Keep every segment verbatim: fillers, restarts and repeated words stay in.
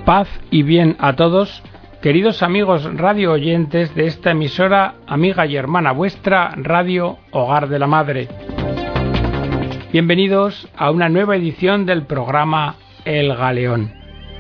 Paz y bien a todos, queridos amigos radio oyentes de esta emisora, amiga y hermana vuestra, Radio Hogar de la Madre. Bienvenidos a una nueva edición del programa El Galeón.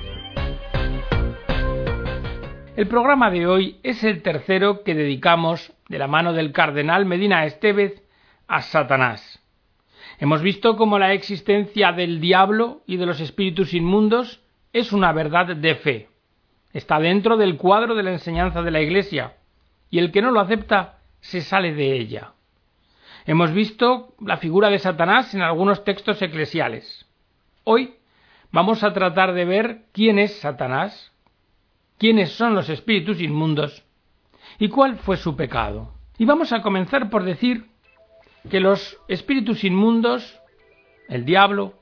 El programa de hoy es el tercero que dedicamos, de la mano del cardenal Medina Estévez, a Satanás. Hemos visto cómo la existencia del diablo y de los espíritus inmundos es una verdad de fe. Está dentro del cuadro de la enseñanza de la Iglesia, y el que no lo acepta se sale de ella. Hemos visto la figura de Satanás en algunos textos eclesiales. Hoy vamos a tratar de ver quién es Satanás, quiénes son los espíritus inmundos y cuál fue su pecado. Y vamos a comenzar por decir que los espíritus inmundos, el diablo,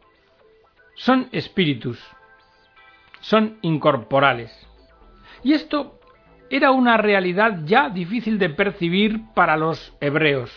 son espíritus, son incorporales. Y esto era una realidad ya difícil de percibir para los hebreos,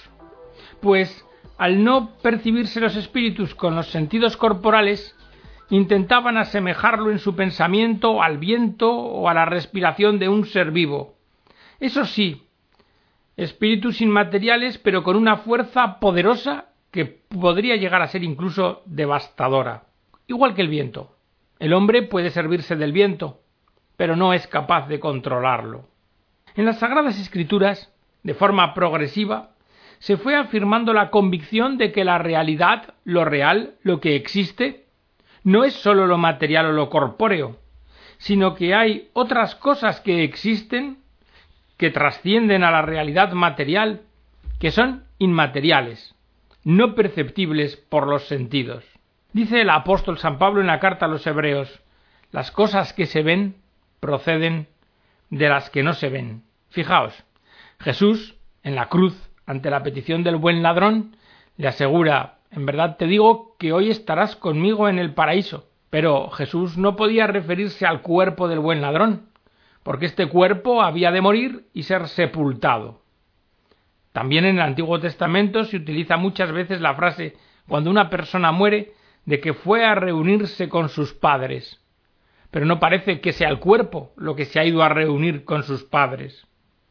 pues al no percibirse los espíritus con los sentidos corporales, intentaban asemejarlo en su pensamiento al viento o a la respiración de un ser vivo. Eso sí, espíritus inmateriales, pero con una fuerza poderosa que podría llegar a ser incluso devastadora, igual que el viento. El hombre puede servirse del viento, pero no es capaz de controlarlo. En las Sagradas Escrituras, de forma progresiva, se fue afirmando la convicción de que la realidad, lo real, lo que existe, no es sólo lo material o lo corpóreo, sino que hay otras cosas que existen, que trascienden a la realidad material, que son inmateriales, no perceptibles por los sentidos. Dice el apóstol San Pablo en la carta a los Hebreos: las cosas que se ven proceden de las que no se ven. Fijaos, Jesús, en la cruz, ante la petición del buen ladrón, le asegura: en verdad te digo que hoy estarás conmigo en el paraíso. Pero Jesús no podía referirse al cuerpo del buen ladrón, porque este cuerpo había de morir y ser sepultado. También en el Antiguo Testamento se utiliza muchas veces la frase, cuando una persona muere, de que fue a reunirse con sus padres. Pero no parece que sea el cuerpo lo que se ha ido a reunir con sus padres.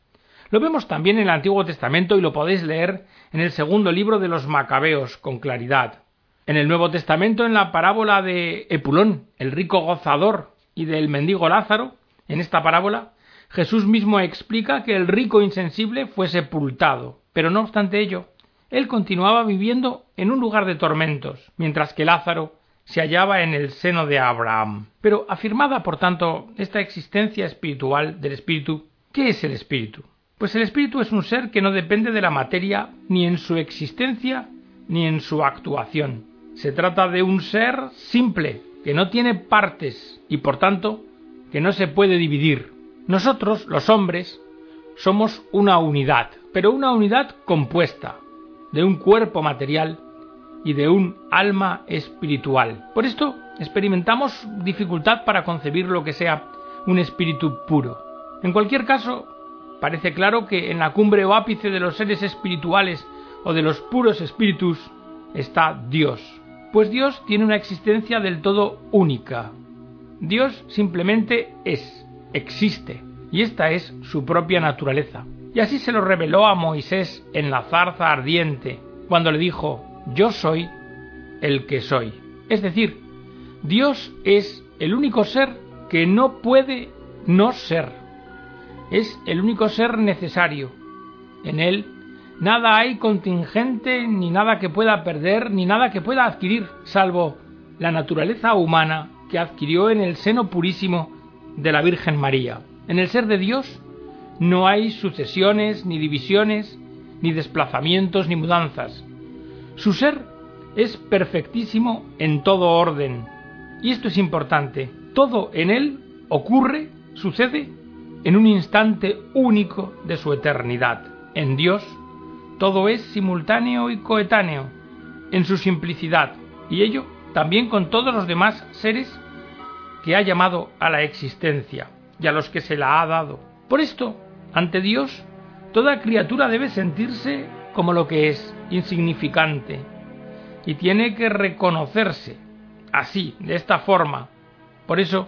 Lo vemos también en el Antiguo Testamento y lo podéis leer en el segundo libro de los Macabeos con claridad. En el Nuevo Testamento, en la parábola de Epulón, el rico gozador, y del mendigo Lázaro, en esta parábola, Jesús mismo explica que el rico insensible fue sepultado, pero no obstante ello, él continuaba viviendo en un lugar de tormentos, mientras que Lázaro se hallaba en el seno de Abraham. Pero afirmada, por tanto, esta existencia espiritual del espíritu, ¿qué es el espíritu? Pues el espíritu es un ser que no depende de la materia ni en su existencia ni en su actuación. Se trata de un ser simple, que no tiene partes y, por tanto, que no se puede dividir. Nosotros, los hombres, somos una unidad, pero una unidad compuesta de un cuerpo material y de un alma espiritual. Por esto experimentamos dificultad para concebir lo que sea un espíritu puro. En cualquier caso, parece claro que en la cumbre o ápice de los seres espirituales o de los puros espíritus está Dios, pues Dios tiene una existencia del todo única. Dios simplemente es, existe, y esta es su propia naturaleza. Y así se lo reveló a Moisés en la zarza ardiente, cuando le dijo: yo soy el que soy. Es decir, Dios es el único ser que no puede no ser. Es el único ser necesario. En él nada hay contingente, ni nada que pueda perder, ni nada que pueda adquirir, salvo la naturaleza humana que adquirió en el seno purísimo de la Virgen María. En el ser de Dios no hay sucesiones, ni divisiones, ni desplazamientos, ni mudanzas. Su ser es perfectísimo en todo orden. Y esto es importante. Todo en él ocurre, sucede, en un instante único de su eternidad. En Dios todo es simultáneo y coetáneo, en su simplicidad, y ello también con todos los demás seres que ha llamado a la existencia y a los que se la ha dado. Por esto, ante Dios, toda criatura debe sentirse como lo que es, insignificante, y tiene que reconocerse así, de esta forma. Por eso,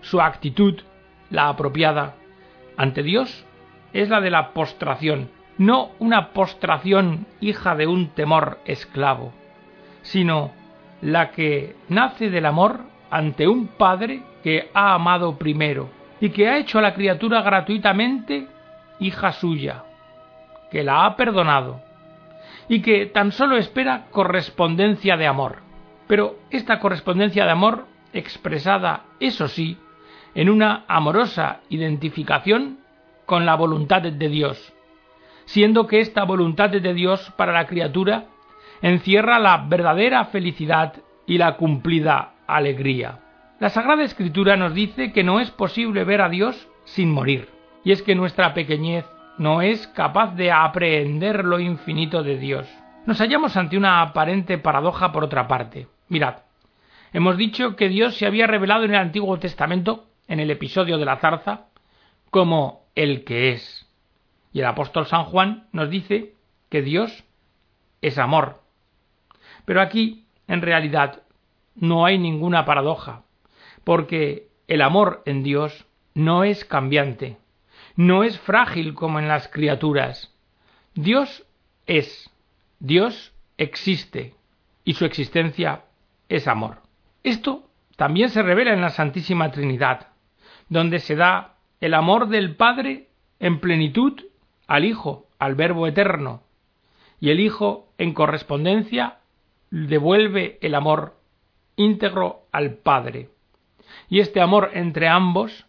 su actitud, la apropiada, ante Dios es la de la postración, no una postración hija de un temor esclavo, sino la que nace del amor ante un Padre que ha amado primero y que ha hecho a la criatura gratuitamente hija suya, que la ha perdonado y que tan solo espera correspondencia de amor. Pero esta correspondencia de amor expresada, eso sí, en una amorosa identificación con la voluntad de Dios, siendo que esta voluntad de Dios para la criatura encierra la verdadera felicidad y la cumplida alegría. La Sagrada Escritura nos dice que no es posible ver a Dios sin morir, y es que nuestra pequeñez no es capaz de aprehender lo infinito de Dios. Nos hallamos ante una aparente paradoja por otra parte. Mirad, hemos dicho que Dios se había revelado en el Antiguo Testamento, en el episodio de la zarza, como el que es. Y el apóstol San Juan nos dice que Dios es amor. Pero aquí, en realidad, no hay ninguna paradoja, porque el amor en Dios no es cambiante, no es frágil como en las criaturas. Dios es, Dios existe, y su existencia es amor. Esto también se revela en la Santísima Trinidad, donde se da el amor del Padre en plenitud al Hijo, al Verbo eterno, y el Hijo, en correspondencia, devuelve el amor íntegro al Padre. Y este amor entre ambos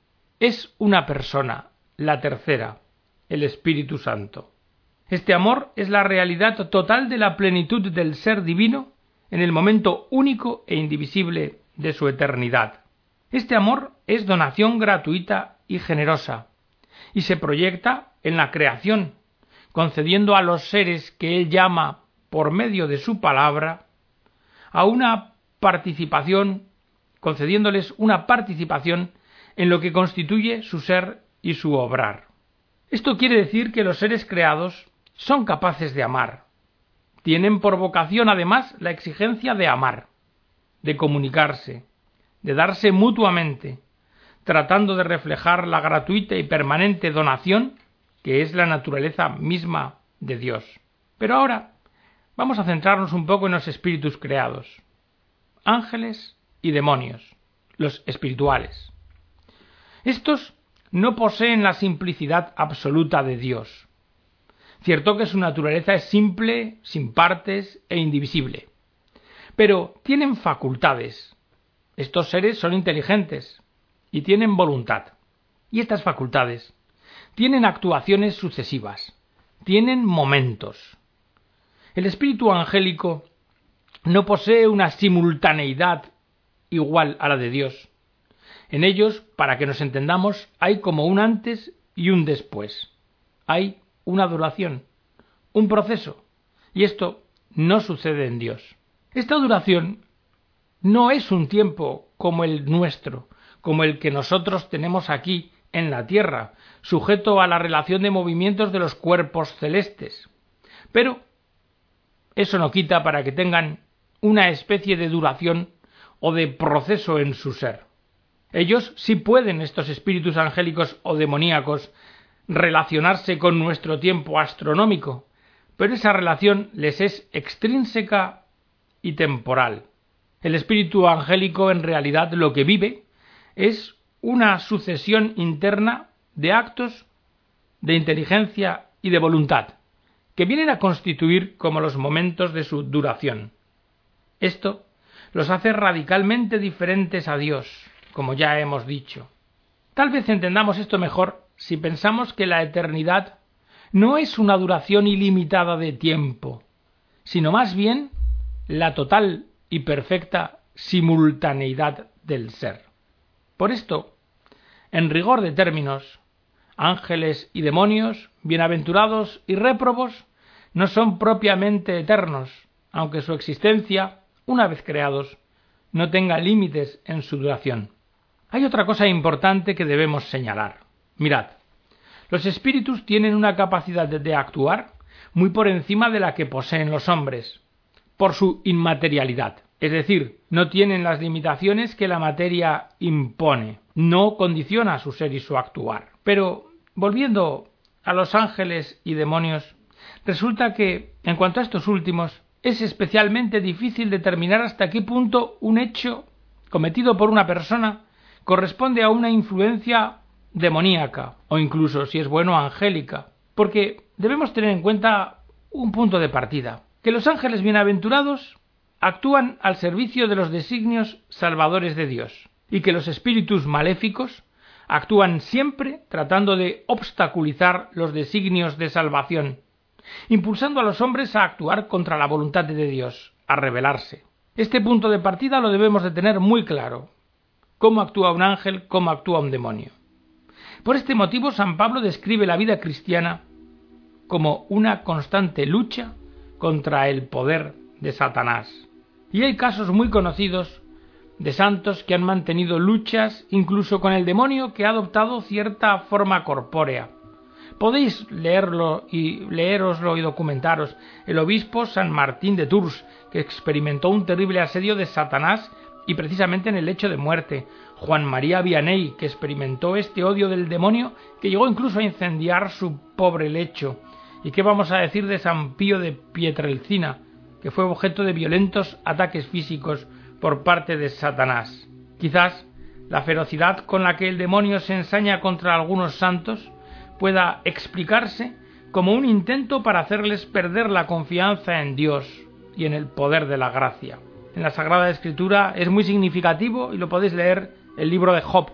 es una persona, la tercera, el Espíritu Santo. Este amor es la realidad total de la plenitud del ser divino en el momento único e indivisible de su eternidad. Este amor es donación gratuita y generosa, y se proyecta en la creación, concediendo a los seres que él llama por medio de su palabra a una participación, concediéndoles una participación en lo que constituye su ser y su obrar. Esto quiere decir que los seres creados son capaces de amar. Tienen por vocación además la exigencia de amar, de comunicarse, de darse mutuamente, tratando de reflejar la gratuita y permanente donación que es la naturaleza misma de Dios. Pero ahora vamos a centrarnos un poco en los espíritus creados, ángeles y demonios, los espirituales. Estos no poseen la simplicidad absoluta de Dios. Cierto que su naturaleza es simple, sin partes e indivisible, pero tienen facultades. Estos seres son inteligentes y tienen voluntad. Y estas facultades tienen actuaciones sucesivas, tienen momentos. El espíritu angélico no posee una simultaneidad igual a la de Dios. En ellos, para que nos entendamos, hay como un antes y un después. Hay una duración, un proceso, y esto no sucede en Dios. Esta duración no es un tiempo como el nuestro, como el que nosotros tenemos aquí en la tierra, sujeto a la relación de movimientos de los cuerpos celestes. Pero eso no quita para que tengan una especie de duración o de proceso en su ser. Ellos sí pueden, estos espíritus angélicos o demoníacos, relacionarse con nuestro tiempo astronómico, pero esa relación les es extrínseca y temporal. El espíritu angélico en realidad lo que vive es una sucesión interna de actos de inteligencia y de voluntad, que vienen a constituir como los momentos de su duración. Esto los hace radicalmente diferentes a Dios, como ya hemos dicho. Tal vez entendamos esto mejor si pensamos que la eternidad no es una duración ilimitada de tiempo, sino más bien la total y perfecta simultaneidad del ser. Por esto, en rigor de términos, ángeles y demonios, bienaventurados y réprobos, no son propiamente eternos, aunque su existencia, una vez creados, no tenga límites en su duración. Hay otra cosa importante que debemos señalar. Mirad, los espíritus tienen una capacidad de actuar muy por encima de la que poseen los hombres, por su inmaterialidad, es decir, no tienen las limitaciones que la materia impone, no condiciona su ser y su actuar. Pero, volviendo a los ángeles y demonios, resulta que, en cuanto a estos últimos, es especialmente difícil determinar hasta qué punto un hecho cometido por una persona corresponde a una influencia demoníaca, o incluso, si es bueno, angélica, porque debemos tener en cuenta un punto de partida, que los ángeles bienaventurados actúan al servicio de los designios salvadores de Dios, y que los espíritus maléficos actúan siempre tratando de obstaculizar los designios de salvación, impulsando a los hombres a actuar contra la voluntad de Dios, a rebelarse. Este punto de partida lo debemos de tener muy claro. Cómo actúa un ángel, cómo actúa un demonio. Por este motivo, San Pablo describe la vida cristiana como una constante lucha contra el poder de Satanás. Y hay casos muy conocidos de santos que han mantenido luchas incluso con el demonio que ha adoptado cierta forma corpórea. Podéis leerlo y leéroslo y documentaros. El obispo San Martín de Tours, que experimentó un terrible asedio de Satanás y precisamente en el lecho de muerte. Juan María Vianney, que experimentó este odio del demonio que llegó incluso a incendiar su pobre lecho. ¿Y qué vamos a decir de San Pío de Pietrelcina, que fue objeto de violentos ataques físicos por parte de Satanás? Quizás la ferocidad con la que el demonio se ensaña contra algunos santos pueda explicarse como un intento para hacerles perder la confianza en Dios y en el poder de la gracia. En la Sagrada Escritura es muy significativo y lo podéis leer el libro de Job.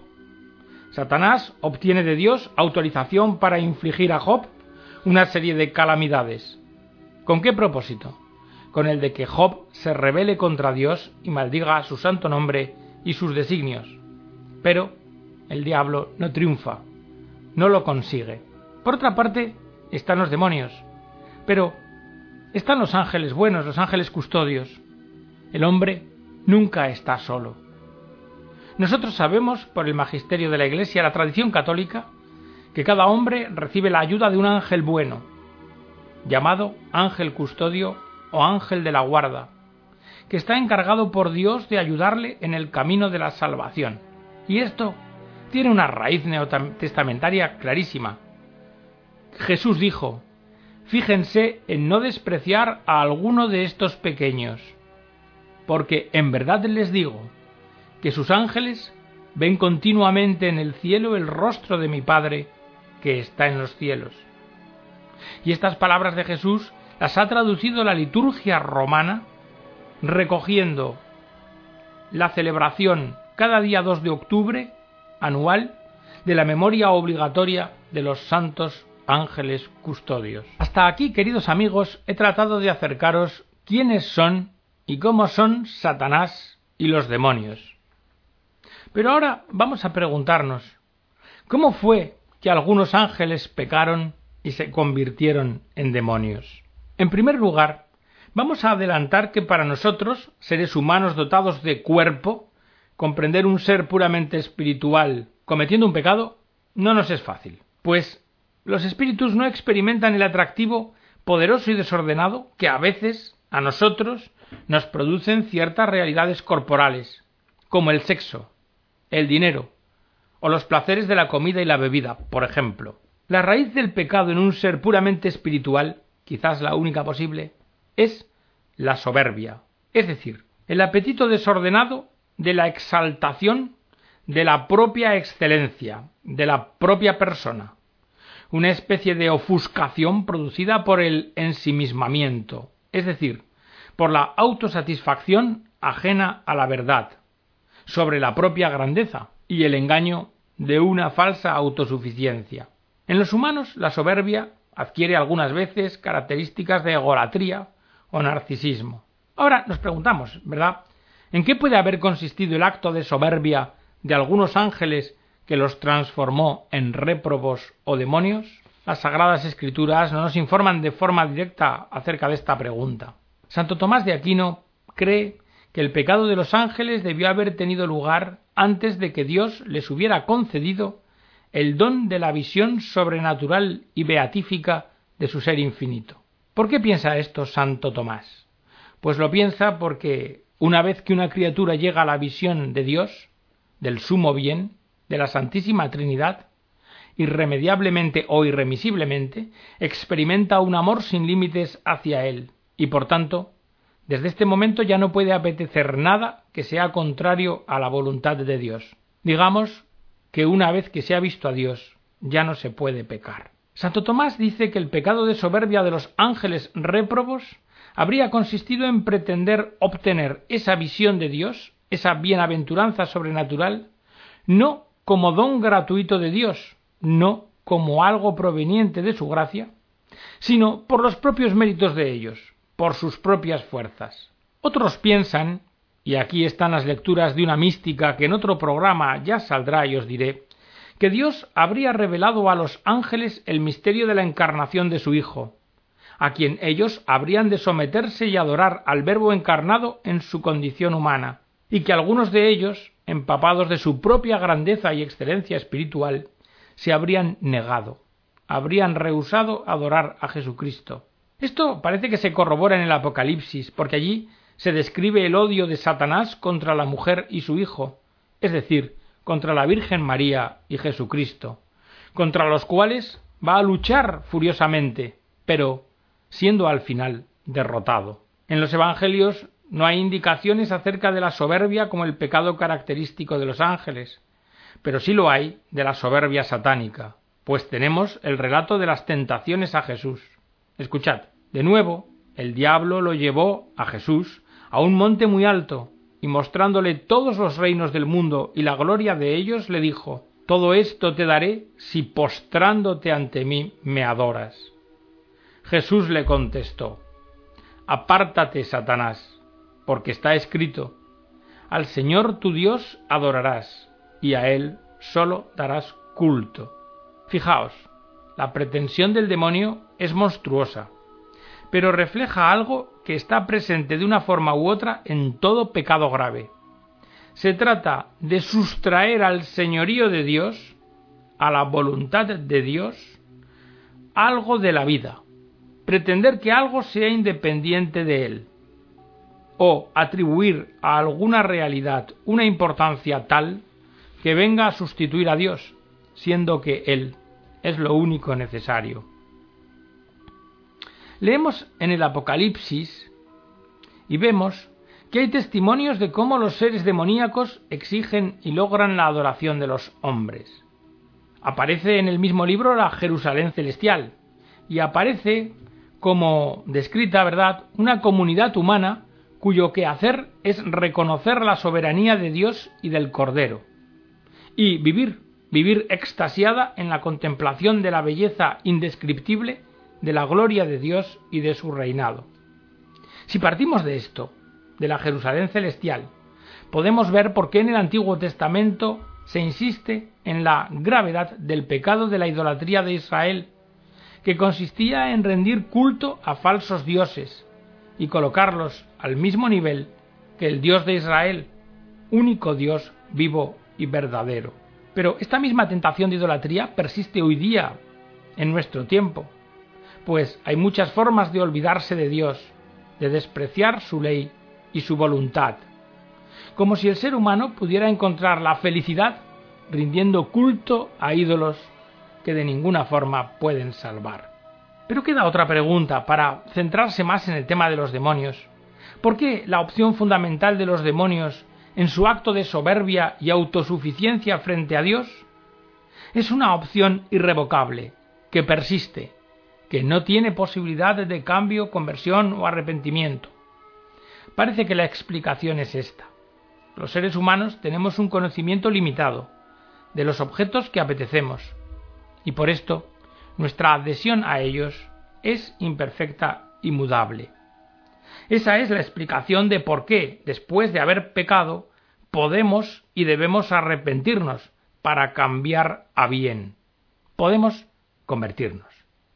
Satanás obtiene de Dios autorización para infligir a Job una serie de calamidades. ¿Con qué propósito? Con el de que Job se rebele contra Dios y maldiga su santo nombre y sus designios. Pero el diablo no triunfa, no lo consigue. Por otra parte, están los demonios, pero están los ángeles buenos, los ángeles custodios. El hombre nunca está solo. Nosotros sabemos, por el magisterio de la Iglesia, la tradición católica, que cada hombre recibe la ayuda de un ángel bueno, llamado ángel custodio o ángel de la guarda, que está encargado por Dios de ayudarle en el camino de la salvación. Y esto tiene una raíz neotestamentaria clarísima. Jesús dijo: fíjense en no despreciar a alguno de estos pequeños, porque en verdad les digo que sus ángeles ven continuamente en el cielo el rostro de mi Padre que está en los cielos. Y estas palabras de Jesús las ha traducido la liturgia romana, recogiendo la celebración cada día dos de octubre anual de la memoria obligatoria de los santos ángeles custodios. Hasta aquí, queridos amigos, he tratado de acercaros quiénes son y cómo son Satanás y los demonios. Pero ahora vamos a preguntarnos, ¿cómo fue que algunos ángeles pecaron y se convirtieron en demonios? En primer lugar, vamos a adelantar que para nosotros, seres humanos dotados de cuerpo, comprender un ser puramente espiritual cometiendo un pecado no nos es fácil, pues los espíritus no experimentan el atractivo poderoso y desordenado que a veces a nosotros nos producen ciertas realidades corporales, como el sexo, el dinero o los placeres de la comida y la bebida, por ejemplo. La raíz del pecado en un ser puramente espiritual, quizás la única posible, es la soberbia, es decir, el apetito desordenado de la exaltación de la propia excelencia, de la propia persona, una especie de ofuscación producida por el ensimismamiento, es decir, por la autosatisfacción ajena a la verdad, sobre la propia grandeza y el engaño de una falsa autosuficiencia. En los humanos, la soberbia adquiere algunas veces características de egolatría o narcisismo. Ahora nos preguntamos, ¿verdad?, ¿en qué puede haber consistido el acto de soberbia de algunos ángeles que los transformó en réprobos o demonios? Las Sagradas Escrituras no nos informan de forma directa acerca de esta pregunta. Santo Tomás de Aquino cree que el pecado de los ángeles debió haber tenido lugar antes de que Dios les hubiera concedido el don de la visión sobrenatural y beatífica de su ser infinito. ¿Por qué piensa esto Santo Tomás? Pues lo piensa porque Una vez que una criatura llega a la visión de Dios, del sumo bien, de la Santísima Trinidad, irremediablemente o irremisiblemente, experimenta un amor sin límites hacia Él, y por tanto, desde este momento ya no puede apetecer nada que sea contrario a la voluntad de Dios. Digamos que una vez que se ha visto a Dios, ya no se puede pecar. Santo Tomás dice que el pecado de soberbia de los ángeles réprobos habría consistido en pretender obtener esa visión de Dios, esa bienaventuranza sobrenatural, no como don gratuito de Dios, no como algo proveniente de su gracia, sino por los propios méritos de ellos, por sus propias fuerzas. Otros piensan, y aquí están las lecturas de una mística que en otro programa ya saldrá y os diré, que Dios habría revelado a los ángeles el misterio de la encarnación de su Hijo, a quien ellos habrían de someterse y adorar al Verbo encarnado en su condición humana, y que algunos de ellos, empapados de su propia grandeza y excelencia espiritual, se habrían negado, habrían rehusado adorar a Jesucristo. Esto parece que se corrobora en el Apocalipsis, porque allí se describe el odio de Satanás contra la mujer y su hijo, es decir, contra la Virgen María y Jesucristo, contra los cuales va a luchar furiosamente, pero siendo al final derrotado. En los Evangelios no hay indicaciones acerca de la soberbia como el pecado característico de los ángeles, pero sí lo hay de la soberbia satánica, pues tenemos el relato de las tentaciones a Jesús. Escuchad, de nuevo, el diablo lo llevó a Jesús a un monte muy alto, y mostrándole todos los reinos del mundo y la gloria de ellos, le dijo: «Todo esto te daré si postrándote ante mí me adoras». Jesús le contestó: «Apártate, Satanás, porque está escrito: al Señor tu Dios adorarás, y a Él solo darás culto». Fijaos, la pretensión del demonio es monstruosa, pero refleja algo que está presente de una forma u otra en todo pecado grave. Se trata de sustraer al señorío de Dios, a la voluntad de Dios, algo de la vida, pretender que algo sea independiente de Él, o atribuir a alguna realidad una importancia tal que venga a sustituir a Dios, siendo que Él es lo único necesario. Leemos en el Apocalipsis y vemos que hay testimonios de cómo los seres demoníacos exigen y logran la adoración de los hombres. Aparece en el mismo libro la Jerusalén celestial, y aparece como descrita, ¿verdad?, una comunidad humana cuyo quehacer es reconocer la soberanía de Dios y del Cordero, y vivir, vivir extasiada en la contemplación de la belleza indescriptible de la gloria de Dios y de su reinado. Si partimos de esto, de la Jerusalén celestial, podemos ver por qué en el Antiguo Testamento se insiste en la gravedad del pecado de la idolatría de Israel, que consistía en rendir culto a falsos dioses y colocarlos al mismo nivel que el Dios de Israel, único Dios vivo y verdadero. Pero esta misma tentación de idolatría persiste hoy día, en nuestro tiempo, pues hay muchas formas de olvidarse de Dios, de despreciar su ley y su voluntad, como si el ser humano pudiera encontrar la felicidad rindiendo culto a ídolos que de ninguna forma pueden salvar. Pero queda otra pregunta para centrarse más en el tema de los demonios. ¿Por qué la opción fundamental de los demonios en su acto de soberbia y autosuficiencia frente a Dios es una opción irrevocable, que persiste, que no tiene posibilidad de cambio, conversión o arrepentimiento? Parece que la explicación es esta. Los seres humanos tenemos un conocimiento limitado de los objetos que apetecemos, y por esto nuestra adhesión a ellos es imperfecta y mudable. Esa es la explicación de por qué, después de haber pecado, podemos y debemos arrepentirnos para cambiar a bien. Podemos convertirnos.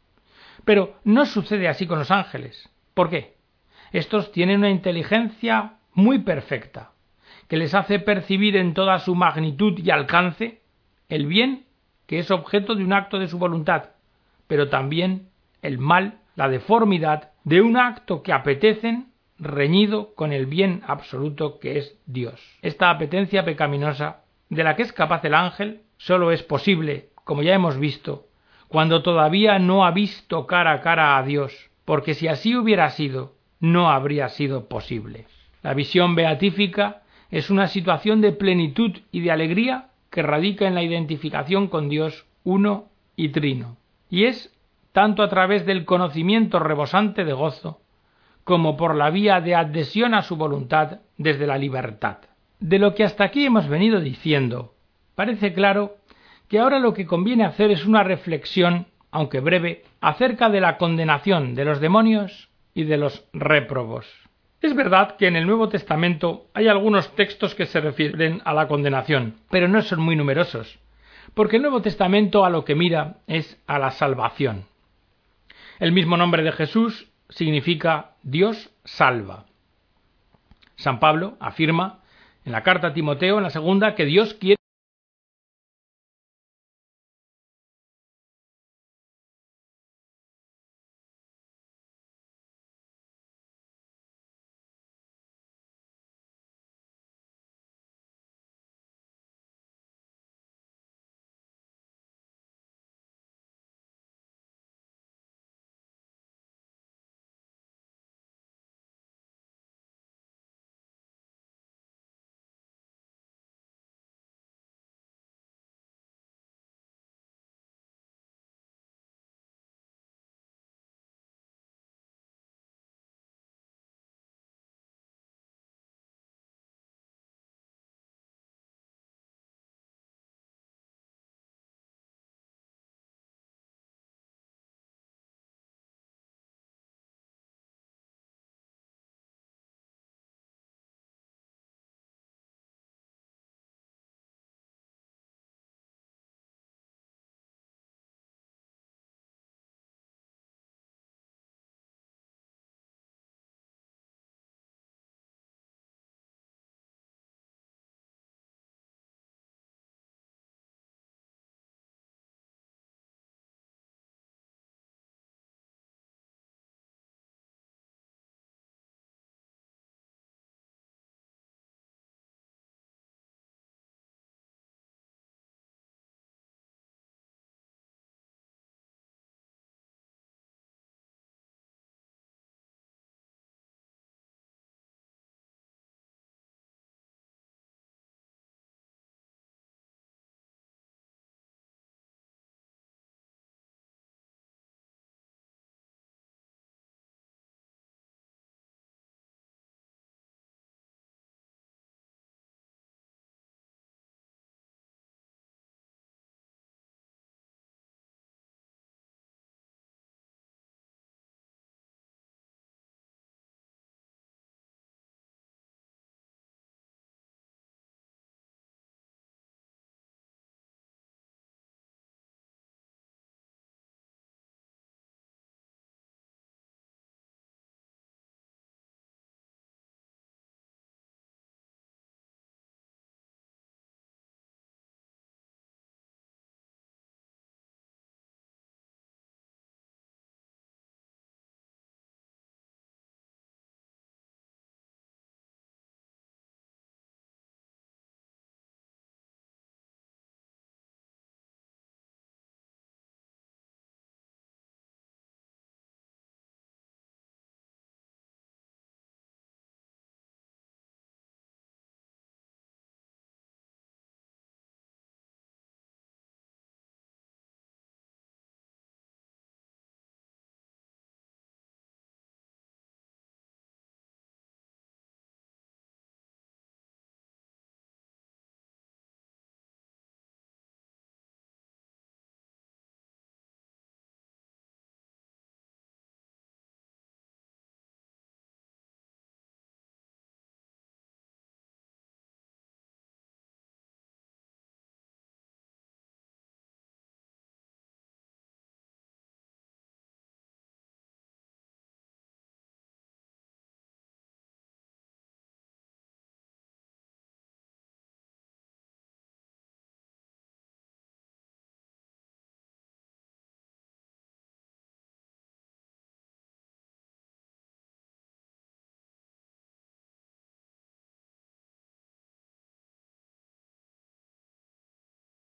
Pero no sucede así con los ángeles. ¿Por qué? Estos tienen una inteligencia muy perfecta, que les hace percibir en toda su magnitud y alcance el bien que es objeto de un acto de su voluntad, pero también el mal, la deformidad de un acto que apetecen reñido con el bien absoluto que es Dios. Esta apetencia pecaminosa de la que es capaz el ángel solo es posible, como ya hemos visto, cuando todavía no ha visto cara a cara a Dios, porque si así hubiera sido, no habría sido posible. La visión beatífica es una situación de plenitud y de alegría que radica en la identificación con Dios uno y trino, y es tanto a través del conocimiento rebosante de gozo, como por la vía de adhesión a su voluntad desde la libertad. De lo que hasta aquí hemos venido diciendo, parece claro que ahora lo que conviene hacer es una reflexión, aunque breve, acerca de la condenación de los demonios y de los réprobos. Es verdad que en el Nuevo Testamento hay algunos textos que se refieren a la condenación, pero no son muy numerosos, porque el Nuevo Testamento a lo que mira es a la salvación. El mismo nombre de Jesús significa Dios salva. San Pablo afirma en la carta a Timoteo, en la segunda, que Dios quiere